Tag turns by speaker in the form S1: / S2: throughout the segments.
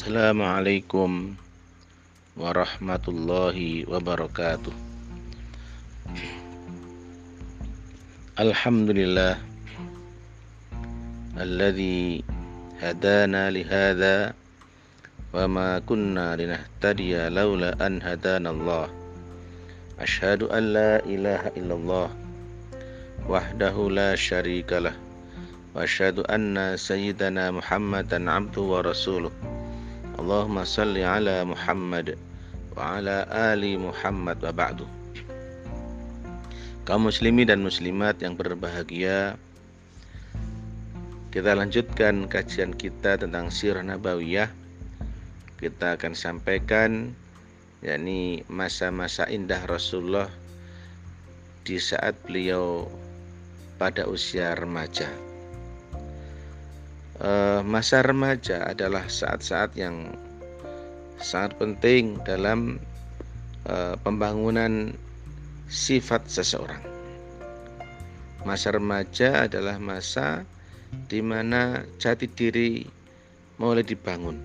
S1: Assalamualaikum warahmatullahi wabarakatuh. Alhamdulillah alladzi hadana lihada wa ma kunna linahtadiya laula an hadanallah. Asyhadu an la ilaha illallah wahdahu la syarikalah wa asyhadu anna sayyidana Muhammadan abduhu wa rasuluh. Allahumma salli ala Muhammad wa ala ali Muhammad wa ba'du. Kaum muslimin dan muslimat yang berbahagia, kita lanjutkan kajian kita tentang sirah nabawiyah. Kita akan sampaikan yakni masa-masa indah Rasulullah di saat beliau pada usia remaja. Masa remaja adalah saat-saat yang sangat penting dalam pembangunan sifat seseorang. Masa remaja adalah masa di mana jati diri mulai dibangun.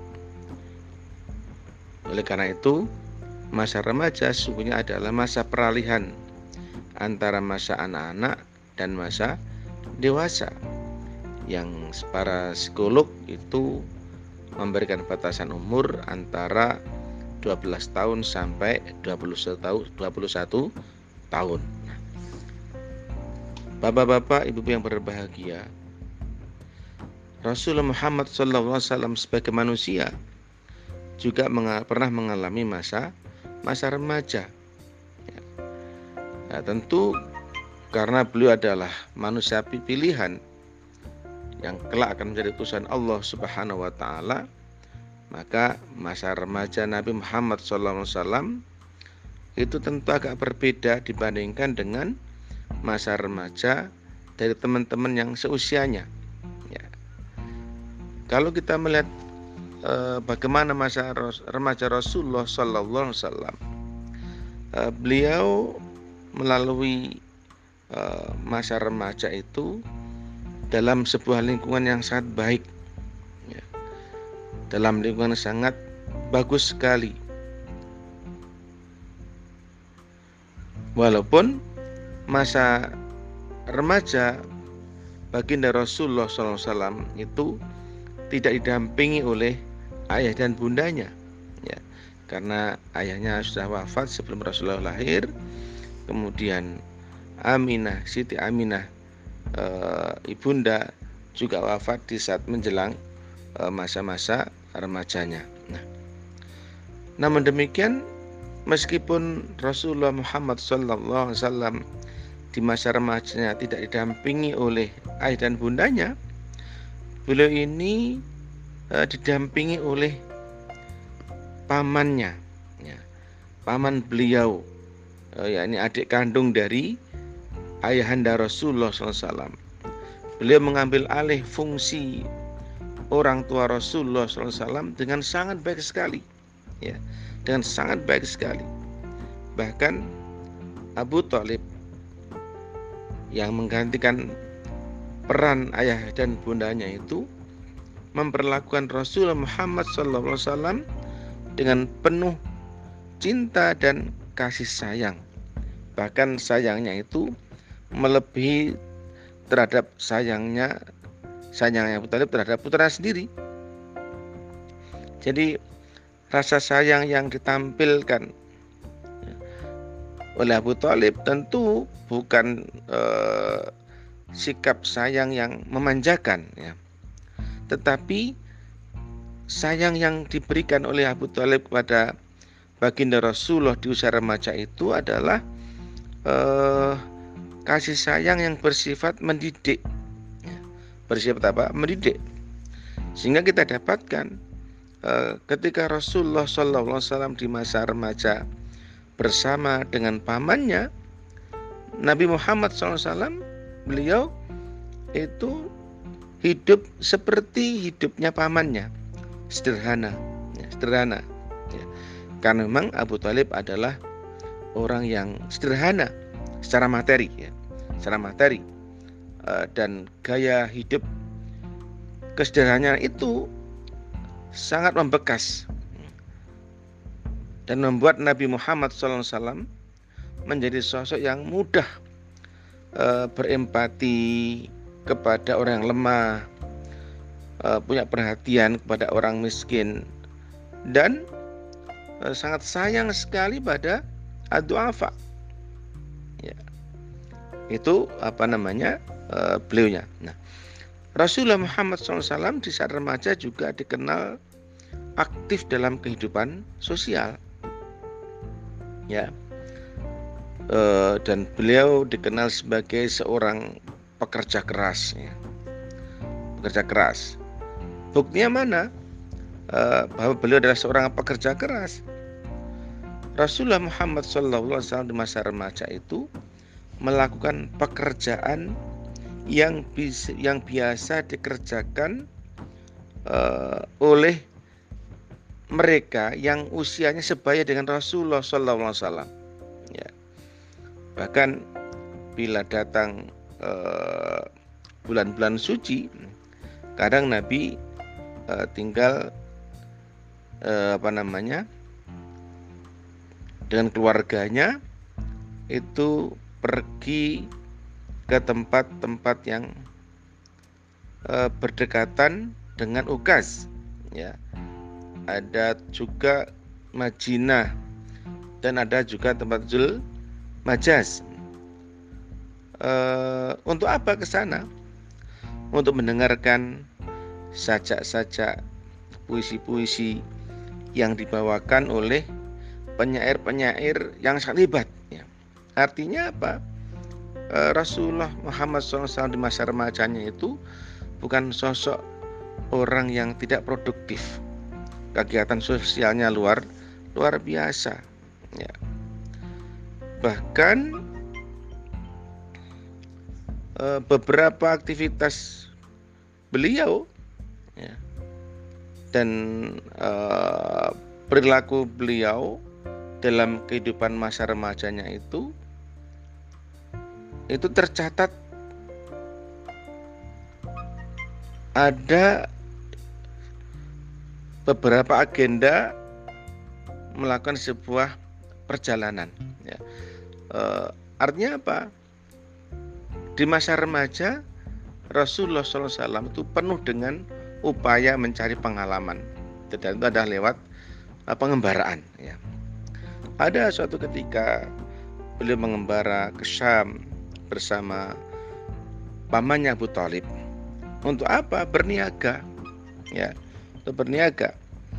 S1: Oleh karena itu, masa remaja sesungguhnya adalah masa peralihan antara masa anak-anak dan masa dewasa, yang para psikolog itu memberikan batasan umur antara 12 tahun sampai 21 tahun. Bapak-bapak, ibu-ibu yang berbahagia, Rasulullah Muhammad SAW sebagai manusia juga pernah mengalami masa remaja. Nah, tentu karena beliau adalah manusia pilihan yang kelak akan menjadi utusan Allah Subhanahu wa taala, maka masa remaja Nabi Muhammad SAW itu tentu agak berbeda dibandingkan dengan masa remaja dari teman-teman yang seusianya. Ya. Kalau kita melihat bagaimana masa remaja Rasulullah SAW, beliau melalui masa remaja itu dalam sebuah lingkungan yang sangat baik, ya, dalam lingkungan sangat bagus sekali. Walaupun masa remaja baginda Rasulullah SAW itu tidak didampingi oleh ayah dan bundanya, ya, karena ayahnya sudah wafat sebelum Rasulullah lahir. Kemudian Aminah, Siti Aminah, ibunda juga wafat di saat menjelang masa-masa remajanya. Namun demikian, meskipun Rasulullah Muhammad SAW di masa remajanya tidak didampingi oleh ayah dan bundanya, beliau ini didampingi oleh pamannya, ya, paman beliau, yakni adik kandung dari ayahanda Rasulullah SAW. Beliau mengambil alih fungsi orang tua Rasulullah SAW dengan sangat baik sekali, ya, dengan sangat baik sekali. Bahkan Abu Thalib yang menggantikan peran ayah dan bundanya itu memperlakukan Rasulullah Muhammad SAW dengan penuh cinta dan kasih sayang. Bahkan sayangnya itu melebihi terhadap sayangnya Abu Thalib terhadap putra sendiri. Jadi rasa sayang yang ditampilkan oleh Abu Thalib tentu bukan sikap sayang yang memanjakan, ya, tetapi sayang yang diberikan oleh Abu Thalib kepada baginda Rasulullah di usia remaja itu adalah kasih sayang yang bersifat mendidik. Bersifat apa? Mendidik. Sehingga kita dapatkan ketika Rasulullah SAW di masa remaja bersama dengan pamannya, Nabi Muhammad SAW, beliau itu hidup seperti hidupnya pamannya, sederhana, ya, sederhana. Ya. Karena memang Abu Thalib adalah orang yang sederhana secara materi, ya, secara materi, dan gaya hidup kesederhanaan itu sangat membekas dan membuat Nabi Muhammad SAW menjadi sosok yang mudah berempati kepada orang yang lemah, punya perhatian kepada orang miskin, dan sangat sayang sekali pada ad-du'afa. Ya, itu beliaunya. Nah, Rasulullah Muhammad SAW di saat remaja juga dikenal aktif dalam kehidupan sosial. Ya, dan beliau dikenal sebagai seorang pekerja keras. Ya. Pekerja keras. Buktinya mana? Bahwa beliau adalah seorang pekerja keras. Rasulullah Muhammad SAW di masa remaja itu melakukan pekerjaan yang biasa dikerjakan oleh mereka yang usianya sebaya dengan Rasulullah SAW. Ya. Bahkan bila datang bulan-bulan suci, kadang Nabi tinggal dengan keluarganya itu pergi ke tempat-tempat yang berdekatan dengan Ukaz. Ya. Ada juga Madinah dan ada juga tempat Zul Majaz. Untuk apa ke sana? Untuk mendengarkan sajak-sajak, puisi-puisi yang dibawakan oleh penyair-penyair yang sangat hebat. Ya. Artinya apa? Rasulullah Muhammad SAW di masa remajanya itu bukan sosok orang yang tidak produktif. Kegiatan sosialnya luar biasa. Ya. Bahkan beberapa aktivitas beliau, ya, dan perilaku beliau dalam kehidupan masa remajanya itu tercatat ada beberapa agenda melakukan sebuah perjalanan. Ya. Artinya apa? Di masa remaja Rasulullah SAW itu penuh dengan upaya mencari pengalaman, dan itu adalah lewat pengembaraan. Ya. Ada suatu ketika beliau mengembara ke Syam bersama pamannya Abu Thalib. Untuk apa? Berniaga. Ya, untuk berniaga.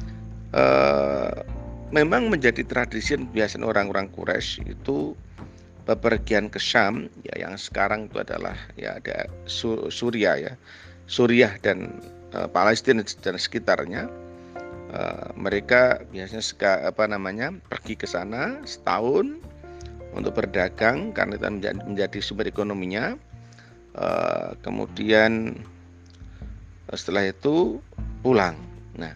S1: Memang menjadi tradisi kebiasaan orang-orang Quraisy itu bepergian ke Syam, ya, yang sekarang itu adalah ya ada Suriah, ya, Suriah dan Palestina dan sekitarnya. Mereka biasanya pergi ke sana setahun untuk berdagang karena itu menjadi sumber ekonominya. Kemudian setelah itu pulang. Nah,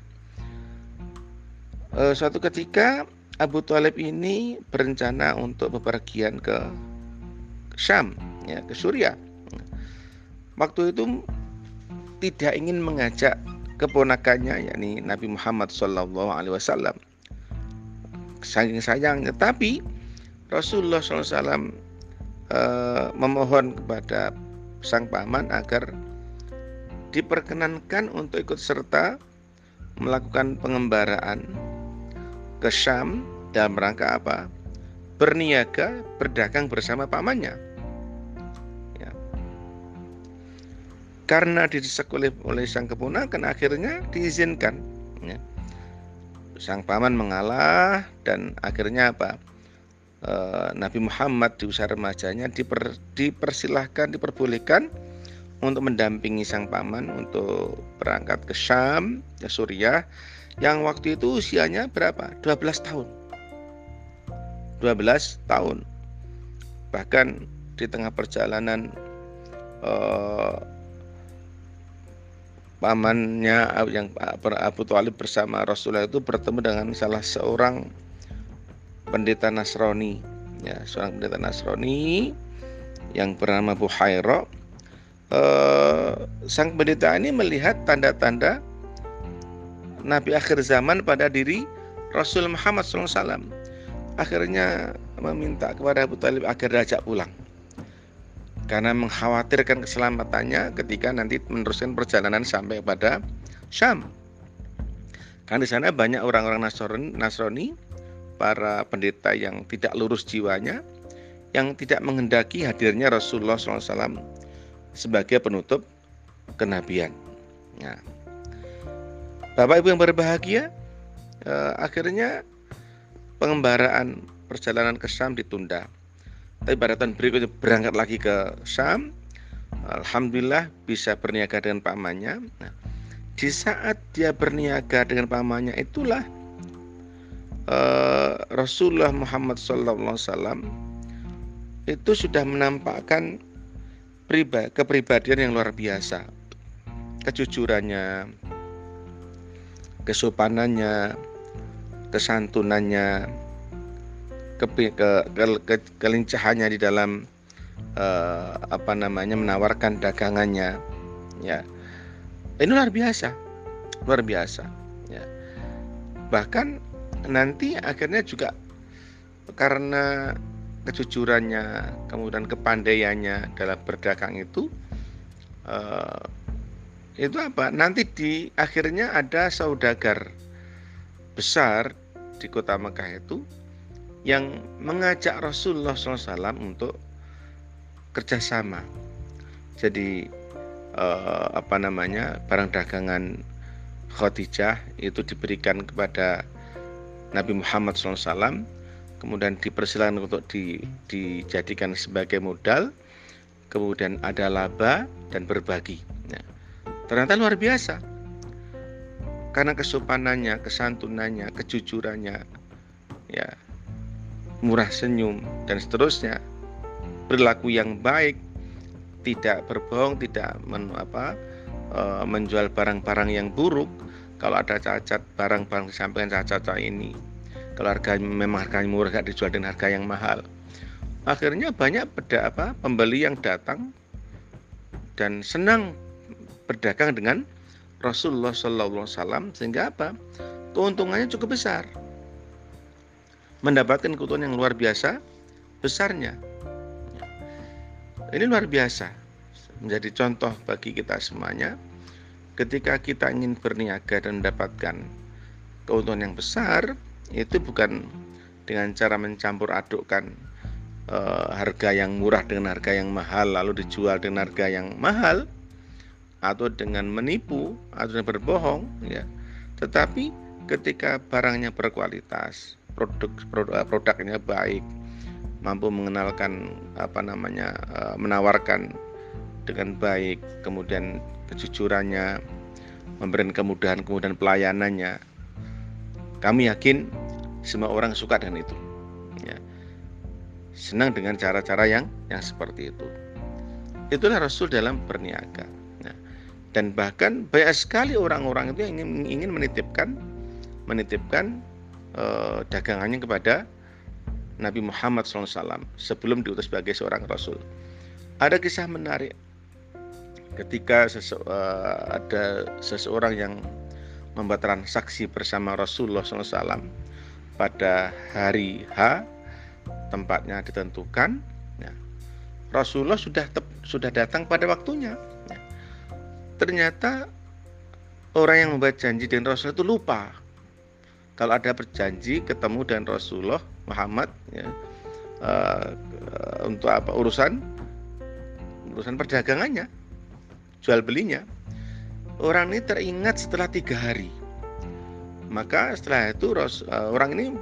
S1: suatu ketika Abu Thalib ini berencana untuk bepergian ke Syam, ya, ke Suriah. Waktu itu tidak ingin mengajak keponakannya, yakni Nabi Muhammad SAW. Saking sayangnya, tapi Rasulullah SAW memohon kepada sang paman agar diperkenankan untuk ikut serta melakukan pengembaraan ke Syam dalam rangka apa? Berniaga, berdagang bersama pamannya. Ya. Karena didesak oleh sang keponakan, akhirnya diizinkan. Ya. Sang paman mengalah dan akhirnya apa? Nabi Muhammad di usia remajanya diperbolehkan untuk mendampingi sang paman untuk berangkat ke Syam, ke Suriah, yang waktu itu usianya berapa? 12 tahun. 12 tahun. Bahkan di tengah perjalanan pamannya yang Abu Thalib bersama Rasulullah itu bertemu dengan salah seorang pendeta Nasrani, ya, seorang pendeta Nasrani yang bernama Buhaira. Sang pendeta ini melihat tanda-tanda Nabi akhir zaman pada diri Rasul Muhammad SAW. Akhirnya meminta kepada Abu Talib agar diajak pulang, karena mengkhawatirkan keselamatannya ketika nanti meneruskan perjalanan sampai pada Syam. Karena di sana banyak orang-orang Nasrani, para pendeta yang tidak lurus jiwanya, yang tidak menghendaki hadirnya Rasulullah SAW sebagai penutup kenabian. Nah, Bapak Ibu yang berbahagia, akhirnya pengembaraan perjalanan ke Syam ditunda. Tapi pada tahun berikutnya berangkat lagi ke Syam. Alhamdulillah bisa berniaga dengan pamannya. Nah, di saat dia berniaga dengan pamannya itulah Rasulullah Muhammad SAW itu sudah menampakkan kepribadian yang luar biasa. Kejujurannya, kesopanannya, kesantunannya, kelincahannya di dalam menawarkan dagangannya, ya, ini luar biasa ya. Bahkan nanti akhirnya juga karena kejujurannya, kemudian kepandaiannya dalam berdagang itu nanti di akhirnya ada saudagar besar di kota Mekah itu yang mengajak Rasulullah SAW untuk kerjasama. Jadi barang dagangan Khadijah itu diberikan kepada Nabi Muhammad SAW, kemudian dipersilakan untuk dijadikan sebagai modal, kemudian ada laba dan berbagi. Nah, ternyata luar biasa karena kesopanannya, kesantunannya, kejujurannya, ya, murah senyum dan seterusnya, perilaku yang baik, tidak berbohong, tidak menjual barang-barang yang buruk. Kalau ada cacat, barang-barang disampaikan cacat ini, kalau memang harganya murah, gak dijual dengan harga yang mahal. Akhirnya banyak pembeli yang datang dan senang berdagang dengan Rasulullah SAW, sehingga keuntungannya cukup besar, mendapatkan keuntungan yang luar biasa besarnya. Ini luar biasa, menjadi contoh bagi kita semuanya. Ketika kita ingin berniaga dan mendapatkan keuntungan yang besar, itu bukan dengan cara mencampur adukkan harga yang murah dengan harga yang mahal lalu dijual dengan harga yang mahal, atau dengan menipu atau dengan berbohong, ya. Tetapi ketika barangnya berkualitas, produknya baik, mampu mengenalkan menawarkan dengan baik, kemudian kejujurannya, memberikan kemudahan pelayanannya, kami yakin semua orang suka dengan itu, ya. Senang dengan cara-cara yang seperti itu. Itulah Rasul dalam berniaga. Nah, dan bahkan banyak sekali orang-orang itu yang ingin menitipkan dagangannya kepada Nabi Muhammad SAW sebelum diutus sebagai seorang Rasul. Ada kisah menarik ketika ada seseorang yang membuat transaksi bersama Rasulullah SAW pada hari H, tempatnya ditentukan, ya. Rasulullah sudah datang pada waktunya, ya. Ternyata orang yang membuat janji dengan Rasulullah itu lupa kalau ada berjanji ketemu dengan Rasulullah Muhammad, ya, untuk urusan perdagangannya, jual belinya. Orang ini teringat setelah 3 hari. Maka setelah itu orang ini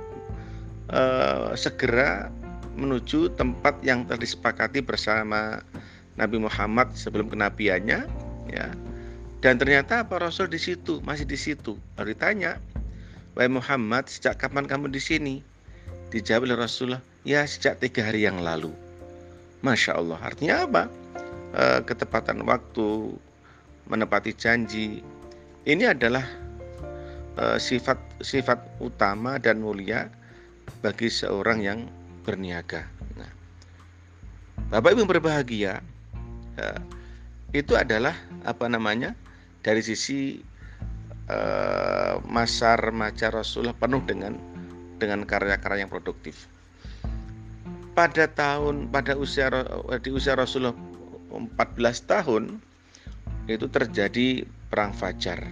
S1: segera menuju tempat yang telah disepakati bersama Nabi Muhammad sebelum kenabiannya, ya. Dan ternyata Rasul masih di situ. Lalu ditanya, "Wahai Muhammad, sejak kapan kamu di sini?" Dijawab oleh Rasulullah, "Ya, sejak 3 hari yang lalu." Masya Allah. Artinya apa? Ketepatan waktu, menepati janji. Ini adalah sifat utama dan mulia bagi seorang yang berniaga. Nah, Bapak Ibu yang berbahagia, itu adalah dari sisi masa remaja Rasulullah penuh dengan karya-karya yang produktif. Di usia Rasulullah 14 tahun itu terjadi perang Fajar.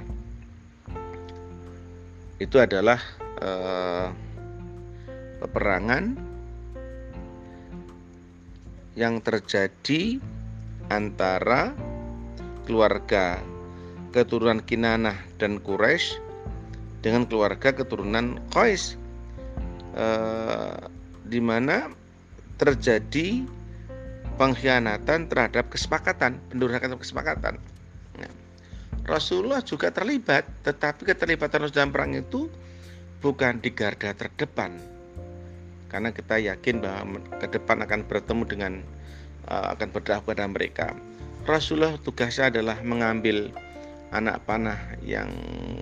S1: Itu adalah peperangan yang terjadi antara keluarga keturunan Kinanah dan Quraisy dengan keluarga keturunan Qais, di mana terjadi pengkhianatan terhadap kesepakatan, pendurakan kesepakatan. Nah, Rasulullah juga terlibat, tetapi keterlibatan Rasulullah dalam perang itu bukan di garda terdepan, karena kita yakin bahwa ke depan akan bertemu dengan akan berdakwah kepada mereka. Rasulullah tugasnya adalah mengambil anak panah yang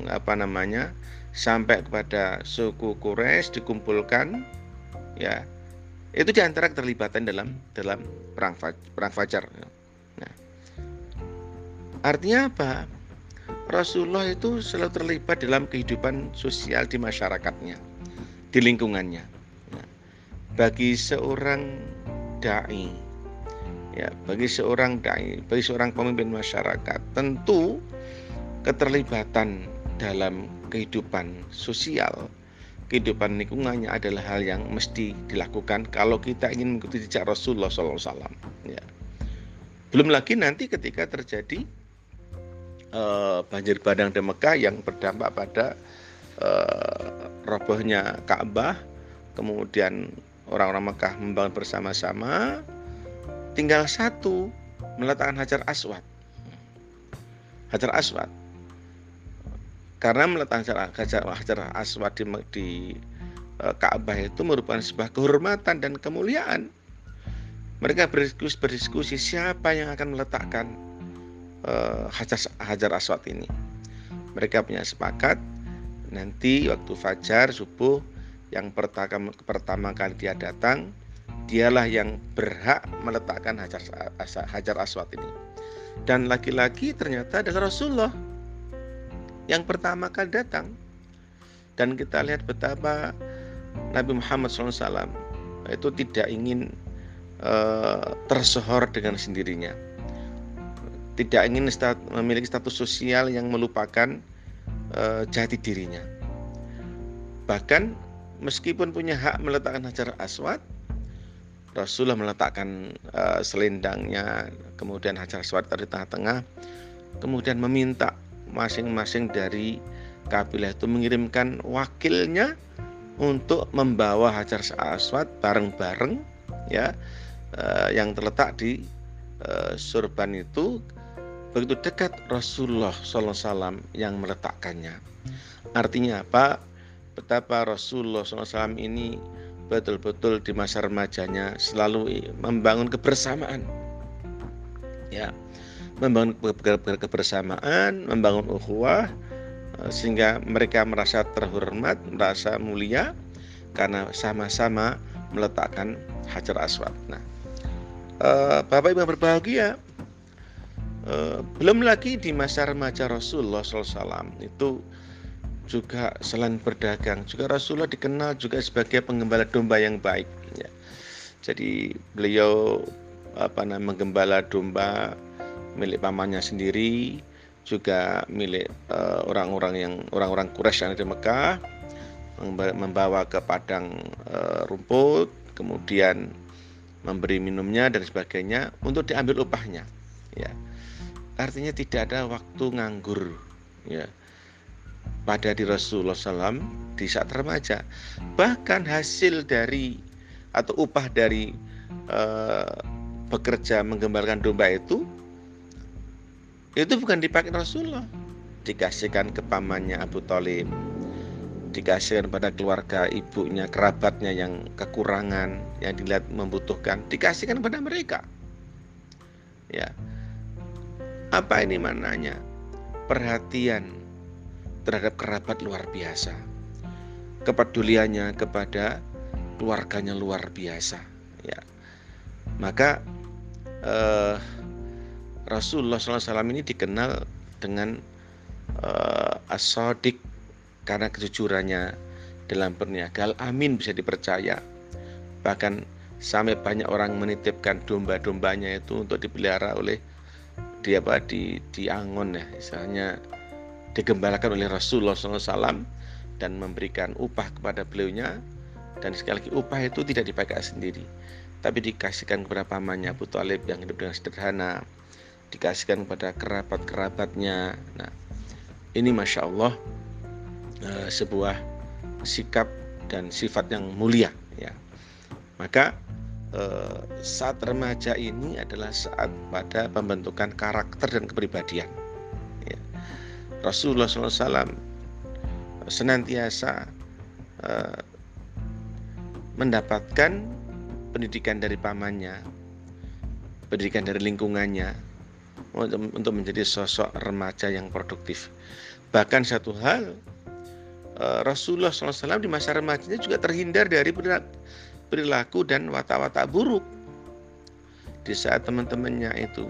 S1: sampai kepada suku Quraisy, dikumpulkan, ya. Itu diantara keterlibatan dalam perang Fajar. Nah, artinya apa? Rasulullah itu selalu terlibat dalam kehidupan sosial di masyarakatnya, di lingkungannya. Nah, bagi seorang dai, bagi seorang pemimpin masyarakat, tentu keterlibatan dalam kehidupan sosial, kehidupan lingkungannya adalah hal yang mesti dilakukan kalau kita ingin mengikuti jejak Rasulullah SAW. Ya. Belum lagi nanti ketika terjadi banjir bandang di Mekah yang berdampak pada robohnya Ka'bah, kemudian orang-orang Mekah membangun bersama-sama, tinggal satu meletakkan Hajar Aswad. Karena meletakkan Hajar Aswad di Ka'bah itu merupakan sebuah kehormatan dan kemuliaan. Mereka berdiskusi siapa yang akan meletakkan Hajar Aswad ini. Mereka punya sepakat nanti waktu fajar subuh yang pertama kali dia datang, dialah yang berhak meletakkan Hajar Aswad ini. Dan lagi-lagi ternyata adalah Rasulullah yang pertama kali datang. Dan kita lihat betapa Nabi Muhammad SAW itu tidak ingin tersohor dengan sendirinya, tidak ingin memiliki status sosial yang melupakan jati dirinya. Bahkan meskipun punya hak meletakkan Hajar Aswad, Rasulullah meletakkan selendangnya, kemudian Hajar Aswad di tengah-tengah, kemudian meminta masing-masing dari kabilah itu mengirimkan wakilnya untuk membawa Hajar Aswad bareng-bareng, yang terletak di surban itu. Begitu dekat Rasulullah SAW yang meletakkannya. Artinya apa? Betapa Rasulullah SAW ini betul-betul di masa remajanya selalu membangun kebersamaan, membangun kebersamaan, membangun ukhuwah, sehingga mereka merasa terhormat, merasa mulia karena sama-sama meletakkan Hajar Aswad. Nah, Bapak Ibu berbahagia, belum lagi di masa remaja Rasulullah SAW itu juga selain berdagang, juga Rasulullah dikenal juga sebagai penggembala domba yang baik. Jadi beliau menggembala domba milik pamannya sendiri, juga milik orang-orang Quraisy yang ada di Mekah, membawa ke padang rumput, kemudian memberi minumnya dan sebagainya untuk diambil upahnya. Artinya tidak ada waktu nganggur, pada di Rasulullah SAW di saat remaja. Bahkan hasil dari atau upah dari bekerja menggembalakan domba itu bukan dipakai Rasulullah, dikasihkan ke pamannya Abu Thalib, dikasihkan pada keluarga ibunya, kerabatnya yang kekurangan, yang dilihat membutuhkan, dikasihkan pada mereka. Apa ini maknanya? Perhatian terhadap kerabat luar biasa, kepeduliannya kepada keluarganya luar biasa. Maka Rasulullah SAW ini dikenal dengan as-shadiq karena kejujurannya dalam berniaga, amin bisa dipercaya. Bahkan sampai banyak orang menitipkan domba-dombanya itu untuk dipelihara oleh di angon ya, misalnya digembalakan oleh Rasulullah SAW dan memberikan upah kepada beliaunya. Dan sekali lagi upah itu tidak dipakai sendiri, tapi dikasihkan kepada pamannya Abu Thalib yang hidup dengan sederhana, dikasihkan kepada kerabat-kerabatnya. Nah, ini Masya Allah sebuah sikap dan sifat yang mulia ya. Maka saat remaja ini adalah saat pada pembentukan karakter dan kepribadian ya. Rasulullah SAW senantiasa mendapatkan pendidikan dari pamannya, pendidikan dari lingkungannya untuk menjadi sosok remaja yang produktif. Bahkan satu hal, Rasulullah SAW di masa remajanya juga terhindar dari perilaku dan watak-watak buruk. Di saat teman-temannya itu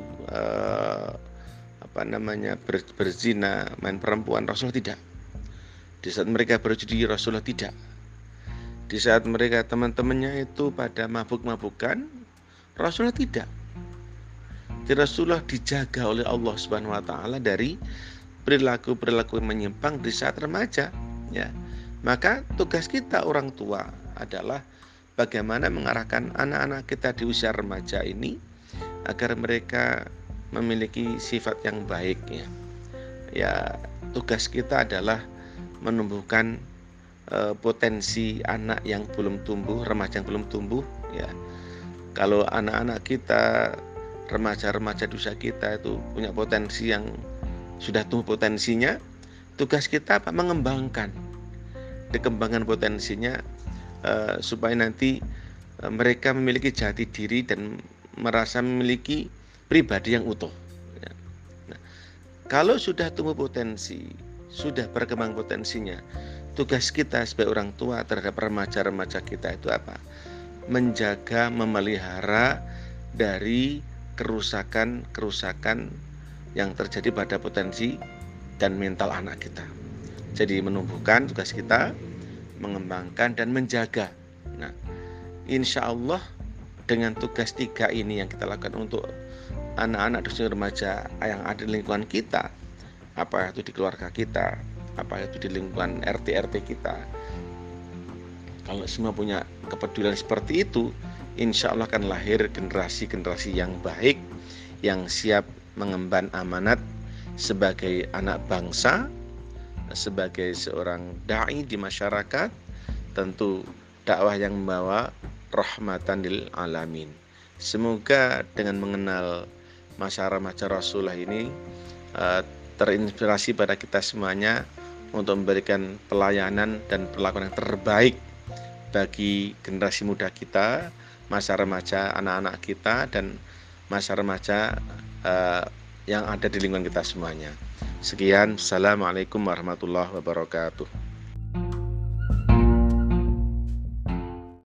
S1: berzina, main perempuan, Rasulullah tidak. Di saat mereka berjudi, Rasulullah tidak. Di saat mereka teman-temannya itu pada mabuk-mabukan, Rasulullah tidak. Jadi Rasulullah dijaga oleh Allah Subhanahu wa taala dari perilaku-perilaku yang menyimpang di saat remaja ya. Maka tugas kita orang tua adalah bagaimana mengarahkan anak-anak kita di usia remaja ini agar mereka memiliki sifat yang baik ya. Ya, tugas kita adalah menumbuhkan potensi anak yang belum tumbuh, remaja yang belum tumbuh ya. Kalau anak-anak kita, remaja-remaja di usia kita itu punya potensi yang sudah tumbuh potensinya, tugas kita apa? Mengembangkan, dikembangkan potensinya supaya nanti mereka memiliki jati diri dan merasa memiliki pribadi yang utuh ya. Nah, kalau sudah tumbuh potensi, sudah berkembang potensinya, tugas kita sebagai orang tua terhadap remaja-remaja kita itu apa? Menjaga, memelihara dari kerusakan-kerusakan yang terjadi pada potensi dan mental anak kita. Jadi menumbuhkan, tugas kita mengembangkan dan menjaga. Nah, insya Allah dengan tugas 3 ini yang kita lakukan untuk anak-anak di usia remaja yang ada di lingkungan kita, apa itu di keluarga kita, apa itu di lingkungan RT kita, kalau semua punya kepedulian seperti itu, insya Allah akan lahir generasi-generasi yang baik, yang siap mengemban amanat sebagai anak bangsa, sebagai seorang da'i di masyarakat, tentu dakwah yang membawa rahmatan lil alamin. Semoga dengan mengenal masa remaja Rasulullah ini terinspirasi pada kita semuanya untuk memberikan pelayanan dan perlakuan yang terbaik bagi generasi muda kita, masa remaja anak-anak kita, dan masa remaja yang ada di lingkungan kita semuanya. Sekian, Assalamualaikum warahmatullahi wabarakatuh.